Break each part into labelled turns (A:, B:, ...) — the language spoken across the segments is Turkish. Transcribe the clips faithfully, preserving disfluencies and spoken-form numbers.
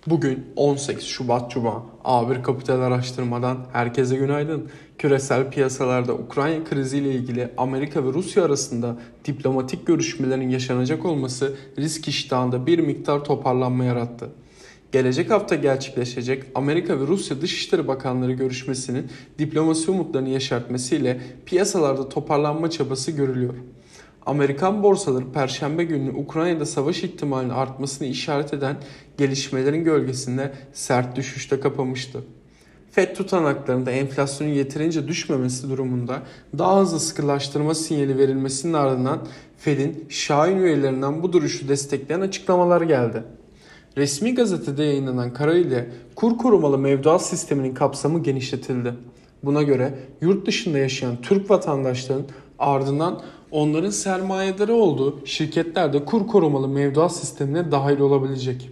A: Bugün on sekiz Şubat Cuma. A bir Kapital Araştırma'dan herkese günaydın. Küresel piyasalarda Ukrayna kriziyle ilgili Amerika ve Rusya arasında diplomatik görüşmelerin yaşanacak olması risk iştahında bir miktar toparlanma yarattı. Gelecek hafta gerçekleşecek Amerika ve Rusya Dışişleri Bakanları görüşmesinin diplomasi umutlarını yeşertmesiyle piyasalarda toparlanma çabası görülüyor. Amerikan borsaları Perşembe günü Ukrayna'da savaş ihtimalinin artmasını işaret eden gelişmelerin gölgesinde sert düşüşte kapamıştı. Fed tutanaklarında enflasyonun yeterince düşmemesi durumunda daha hızlı sıkılaştırma sinyali verilmesinin ardından Fed'in Şahin üyelerinden bu duruşu destekleyen açıklamalar geldi. Resmi gazetede yayınlanan karar ile kur korumalı mevduat sisteminin kapsamı genişletildi. Buna göre yurt dışında yaşayan Türk vatandaşların ardından onların sermayedarı olduğu şirketler de kur korumalı mevduat sistemine dahil olabilecek.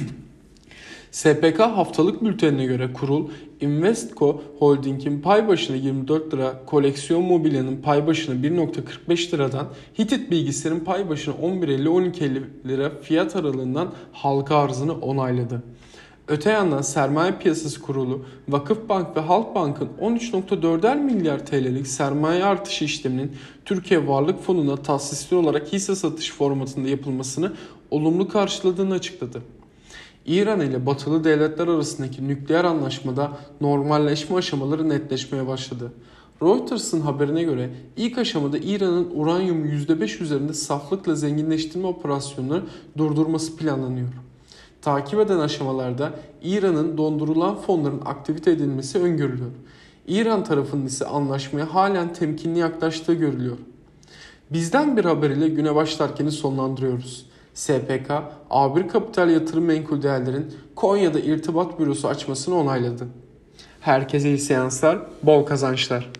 A: S P K haftalık bültenine göre kurul, Investco Holding'in pay başına yirmi dört lira, Koleksiyon Mobilya'nın pay başına bir virgül kırk beş liradan, Hitit Bilgisayar'ın pay başına on bir virgül elli on iki lira fiyat aralığından halka arzını onayladı. Öte yandan Sermaye Piyasası Kurulu, Vakıfbank ve Halkbank'ın on üç virgül dörder milyar T L'lik sermaye artışı işleminin Türkiye Varlık Fonu'na tahsisli olarak hisse satış formatında yapılmasını olumlu karşıladığını açıkladı. İran ile batılı devletler arasındaki nükleer anlaşmada normalleşme aşamaları netleşmeye başladı. Reuters'ın haberine göre ilk aşamada İran'ın uranyumu yüzde beş üzerinde saflıkla zenginleştirme operasyonunu durdurması planlanıyor. Takip eden aşamalarda İran'ın dondurulan fonların aktivite edilmesi öngörülüyor. İran tarafının ise anlaşmaya halen temkinli yaklaştığı görülüyor. Bizden bir haber ile güne başlarken sonlandırıyoruz. S P K, A bir Kapital Yatırım Menkul Değerler'in Konya'da irtibat bürosu açmasını onayladı. Herkese iyi seanslar, bol kazançlar.